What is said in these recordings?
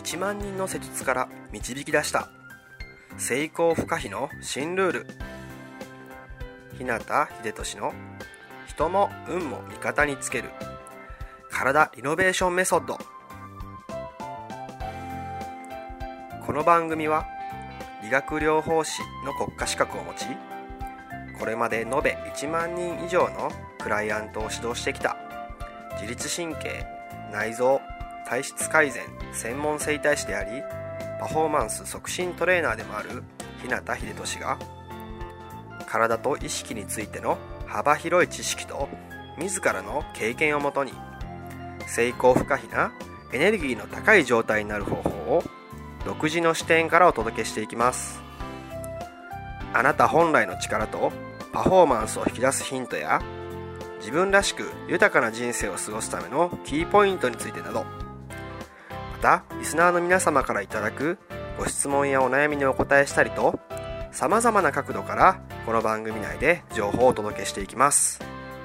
1万人の施術から導き出した成功不可避の新ルール。日向秀俊の人も運も味方につける体リノベーションメソッド。この番組は理学療法士の国家資格を持ち、これまで延べ1万人以上のクライアントを指導してきた自律神経、内臓、体質改善専門整体師であり、パフォーマンス促進トレーナーでもある日向秀俊が、体と意識についての幅広い知識と自らの経験をもとに、成功不可避なエネルギーの高い状態になる方法を独自の視点からお届けしていきます。あなた本来の力とパフォーマンスを引き出すヒントや、自分らしく豊かな人生を過ごすためのキーポイントについてなど、またリスナーの皆様からいただくご質問やお悩みにお答えしたりと、さまざまな角度からこの番組内で情報をお届けしていきます。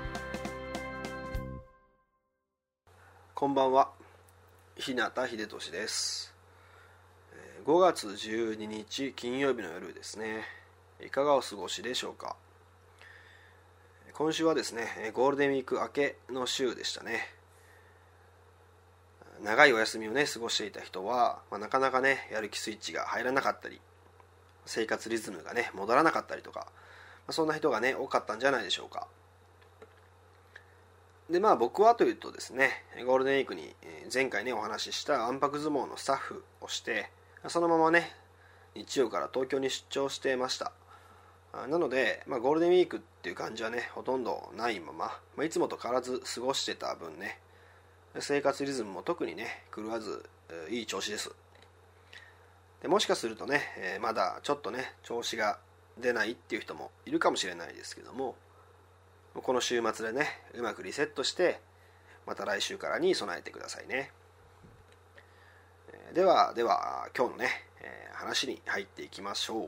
こんばんは、日向秀俊です。5月12日金曜日の夜ですね。いかがお過ごしでしょうか。今週はですね、ゴールデンウィーク明けの週でしたね。長いお休みをね過ごしていた人は、なかなかねやる気スイッチが入らなかったり、生活リズムがね戻らなかったりとか、そんな人がね多かったんじゃないでしょうか。で僕はというとですね、ゴールデンウィークに前回ねお話ししたわんぱく相撲のスタッフをして、そのままね日曜から東京に出張してました。なので、ゴールデンウィークっていう感じはねほとんどないまま、いつもと変わらず過ごしてた分ね、生活リズムも特にね狂わずいい調子です。でもしかするとね、まだちょっとね調子が出ないっていう人もいるかもしれないですけども、この週末でねうまくリセットして、また来週からに備えてくださいね。では今日のね話に入っていきましょう。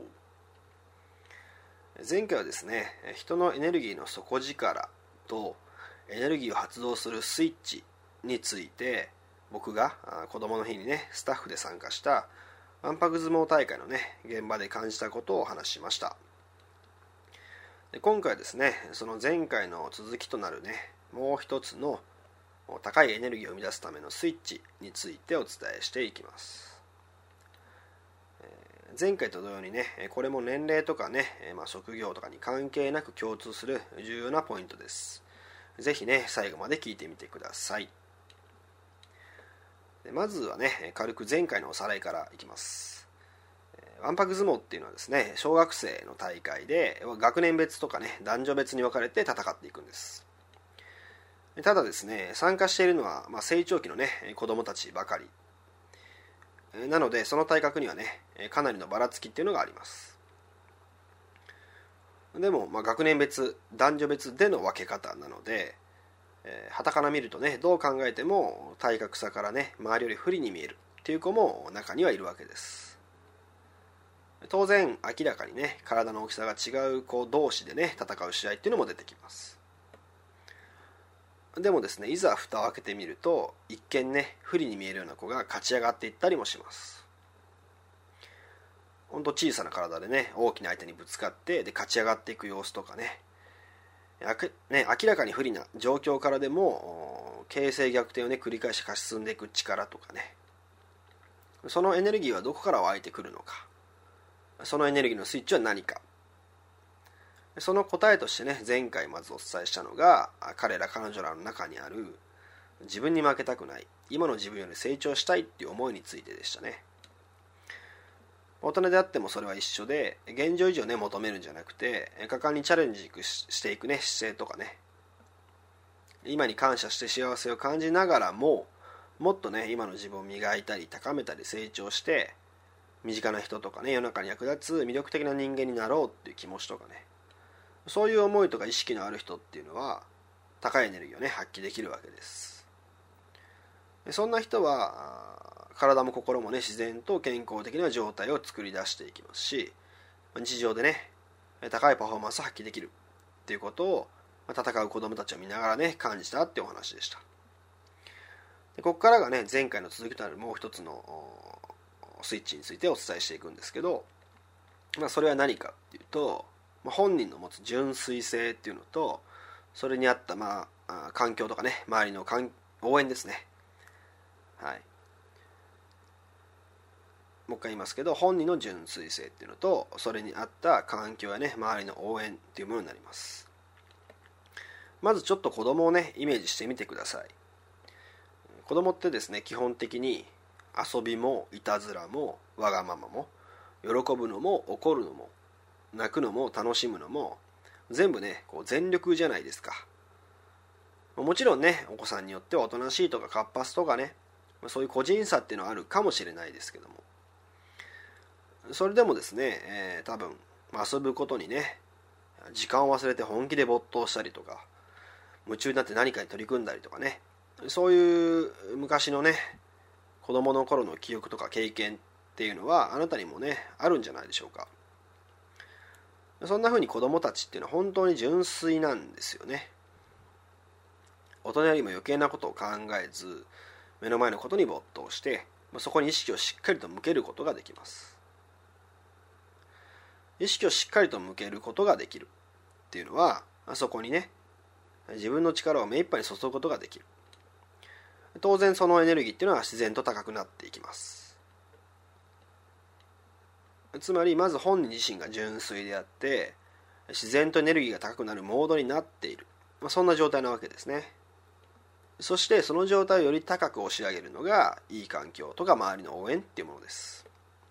前回はですね、人のエネルギーの底力とエネルギーを発動するスイッチについて、僕が子供の日にねスタッフで参加したわんぱく相撲大会のね現場で感じたことをお話ししました。で今回はですね、その前回の続きとなるねもう一つの高いエネルギーを生み出すためのスイッチについてお伝えしていきます。前回と同様にね、これも年齢とかね、職業とかに関係なく共通する重要なポイントです。ぜひね最後まで聞いてみてください。まずはね軽く前回のおさらいからいきます。わんぱく相撲っていうのはですね、小学生の大会で学年別とかね男女別に分かれて戦っていくんです。ただですね、参加しているのは、成長期のね子供たちばかりなので、その体格にはねかなりのばらつきっていうのがあります。でも、学年別男女別での分け方なので、傍から見るとねどう考えても体格差からね周りより不利に見えるっていう子も中にはいるわけです。当然明らかにね体の大きさが違う子同士でね戦う試合っていうのも出てきます。でもですね、いざ蓋を開けてみると、一見ね不利に見えるような子が勝ち上がっていったりもします。ほんと小さな体でね大きな相手にぶつかって、で勝ち上がっていく様子とかね、明らかに不利な状況からでも形勢逆転をね繰り返し勝ち進んでいく力とかね、そのエネルギーはどこから湧いてくるのか、そのエネルギーのスイッチは何か、その答えとしてね前回まずお伝えしたのが、彼女らの中にある自分に負けたくない、今の自分より成長したいっていう思いについてでしたね。大人であってもそれは一緒で、現状維持をね求めるんじゃなくて、果敢にチャレンジしていくね姿勢とかね、今に感謝して幸せを感じながらも、もっとね今の自分を磨いたり高めたり成長して、身近な人とかね世の中に役立つ魅力的な人間になろうっていう気持ちとかね、そういう思いとか意識のある人っていうのは高いエネルギーをね発揮できるわけです。そんな人は体も心もね自然と健康的な状態を作り出していきますし、日常でね高いパフォーマンスを発揮できるっていうことを、戦う子どもたちを見ながらね感じたっていうお話でした。でここからがね前回の続きとなるもう一つのスイッチについてお伝えしていくんですけど、それは何かっていうと、本人の持つ純粋性っていうのと、それに合った環境とかね、周りの応援ですね。はい。もう一回言いますけど、本人の純粋性っていうのと、それに合った環境やね、周りの応援っていうものになります。まずちょっと子供をね、イメージしてみてください。子供ってですね、基本的に遊びもいたずらもわがままも喜ぶのも怒るのも泣くのも楽しむのも全部ね、全力じゃないですか。もちろんね、お子さんによってはおとなしいとか活発とかね、そういう個人差っていうのはあるかもしれないですけども、それでもですね、多分遊ぶことにね、時間を忘れて本気で没頭したりとか、夢中になって何かに取り組んだりとかね、そういう昔のね、子供の頃の記憶とか経験っていうのはあなたにもね、あるんじゃないでしょうか。そんな風に子供たちっていうのは本当に純粋なんですよね。大人よりも余計なことを考えず、目の前のことに没頭して、そこに意識をしっかりと向けることができます。意識をしっかりと向けることができるっていうのは、そこにね、自分の力を目いっぱいに注ぐことができる。当然そのエネルギーっていうのは自然と高くなっていきます。つまりまず本人自身が純粋であって、自然とエネルギーが高くなるモードになっている、そんな状態なわけですね。そしてその状態をより高く押し上げるのがいい環境とか周りの応援っていうものです。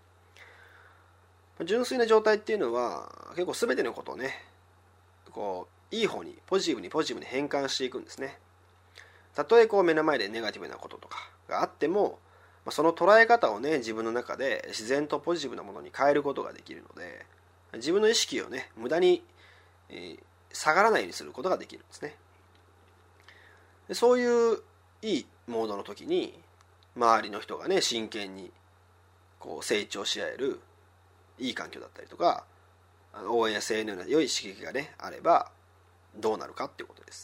純粋な状態っていうのは結構全てのことをね、いい方にポジティブに変換していくんですね。たとえ目の前でネガティブなこととかがあっても、その捉え方をね、自分の中で自然とポジティブなものに変えることができるので、自分の意識をね、無駄に、下がらないようにすることができるんですね。でそういういいモードの時に周りの人がね、真剣に成長し合えるいい環境だったりとか、応援や声援のような良い刺激がね、あればどうなるかっていうことです。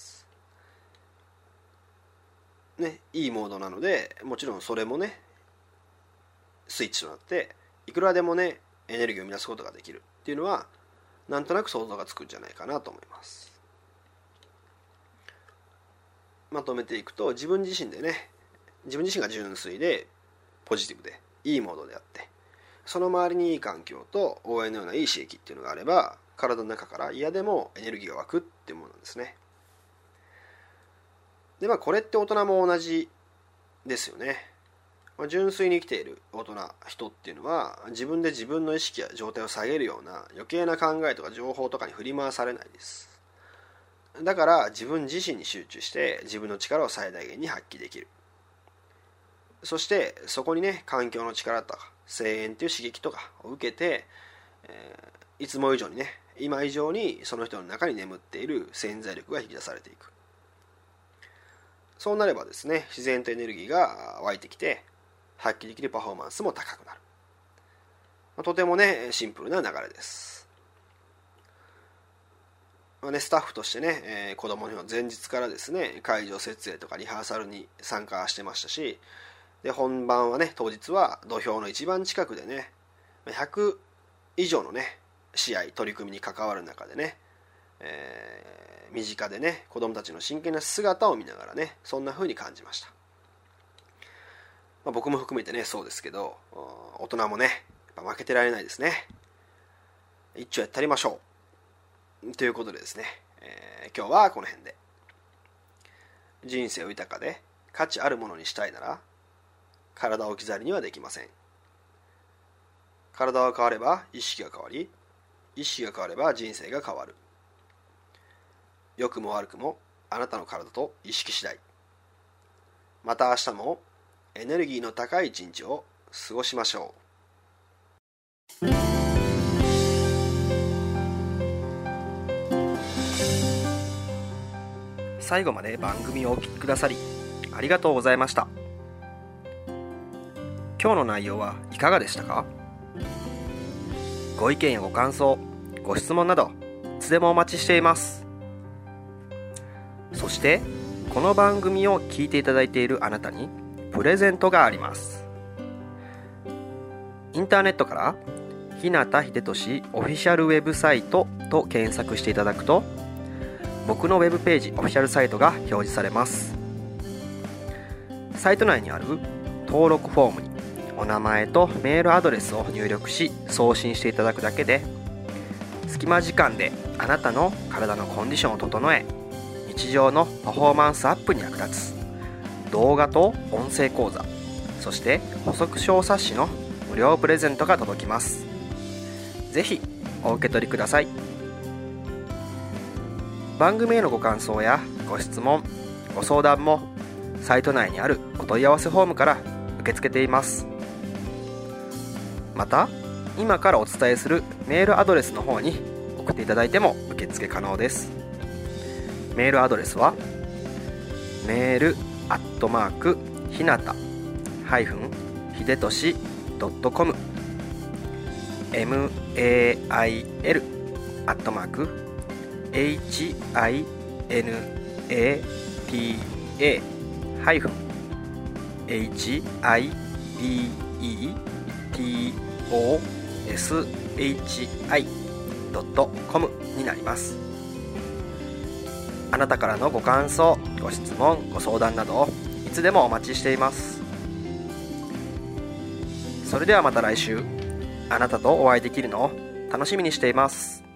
ね、いいモードなので、もちろんそれもね、スイッチとなっていくらでもね、エネルギーを生み出すことができるっていうのは、なんとなく想像がつくんじゃないかなと思います。まとめていくと、自分自身が純粋でポジティブでいいモードであって、その周りにいい環境と応援のようないい刺激っていうのがあれば、体の中から嫌でもエネルギーが湧くっていうものなんですね。でこれって大人も同じですよね。純粋に生きている人っていうのは、自分で自分の意識や状態を下げるような余計な考えとか情報とかに振り回されないです。だから自分自身に集中して自分の力を最大限に発揮できる。そしてそこにね、環境の力とか声援という刺激とかを受けて、いつも以上にね、今以上にその人の中に眠っている潜在力が引き出されていく。そうなればですね、自然とエネルギーが湧いてきて発揮できるパフォーマンスも高くなる。とてもね、シンプルな流れです。スタッフとしてね、子供の日の前日からですね、会場設営とかリハーサルに参加してましたし、で本番はね、当日は土俵の一番近くでね、100以上のね、試合取り組みに関わる中でね、身近でね、子供たちの真剣な姿を見ながらね、そんな風に感じました。僕も含めてね、そうですけど、大人もね、負けてられないですね。一丁やってやりましょうということでですね、今日はこの辺で。人生を豊かで価値あるものにしたいなら、体を置き去りにはできません。体が変われば意識が変わり、意識が変われば人生が変わる。良くも悪くもあなたの体と意識次第。また明日もエネルギーの高い一日を過ごしましょう。最後まで番組をお聞きくださりありがとうございました。今日の内容はいかがでしたか？ご意見やご感想、ご質問などいつでもお待ちしています。そしてこの番組を聞いていただいているあなたにプレゼントがあります。 インターネットから日向秀俊オフィシャルウェブサイトと検索していただくと、僕のウェブページオフィシャルサイトが表示されます。サイト内にある登録フォームにお名前とメールアドレスを入力し送信していただくだけで、隙間時間であなたの体のコンディションを整え、日常のパフォーマンスアップに役立つ動画と音声講座、そして補足小冊子の無料プレゼントが届きます。ぜひお受け取りください。番組へのご感想やご質問、ご相談もサイト内にあるお問い合わせフォームから受け付けています。また、今からお伝えするメールアドレスの方に送っていただいても受付可能です。メールアドレスはメールひなたひでとし.com mail hinata-hideoshi.com になります。あなたからのご感想、ご質問、ご相談などいつでもお待ちしています。それではまた来週、あなたとお会いできるのを楽しみにしています。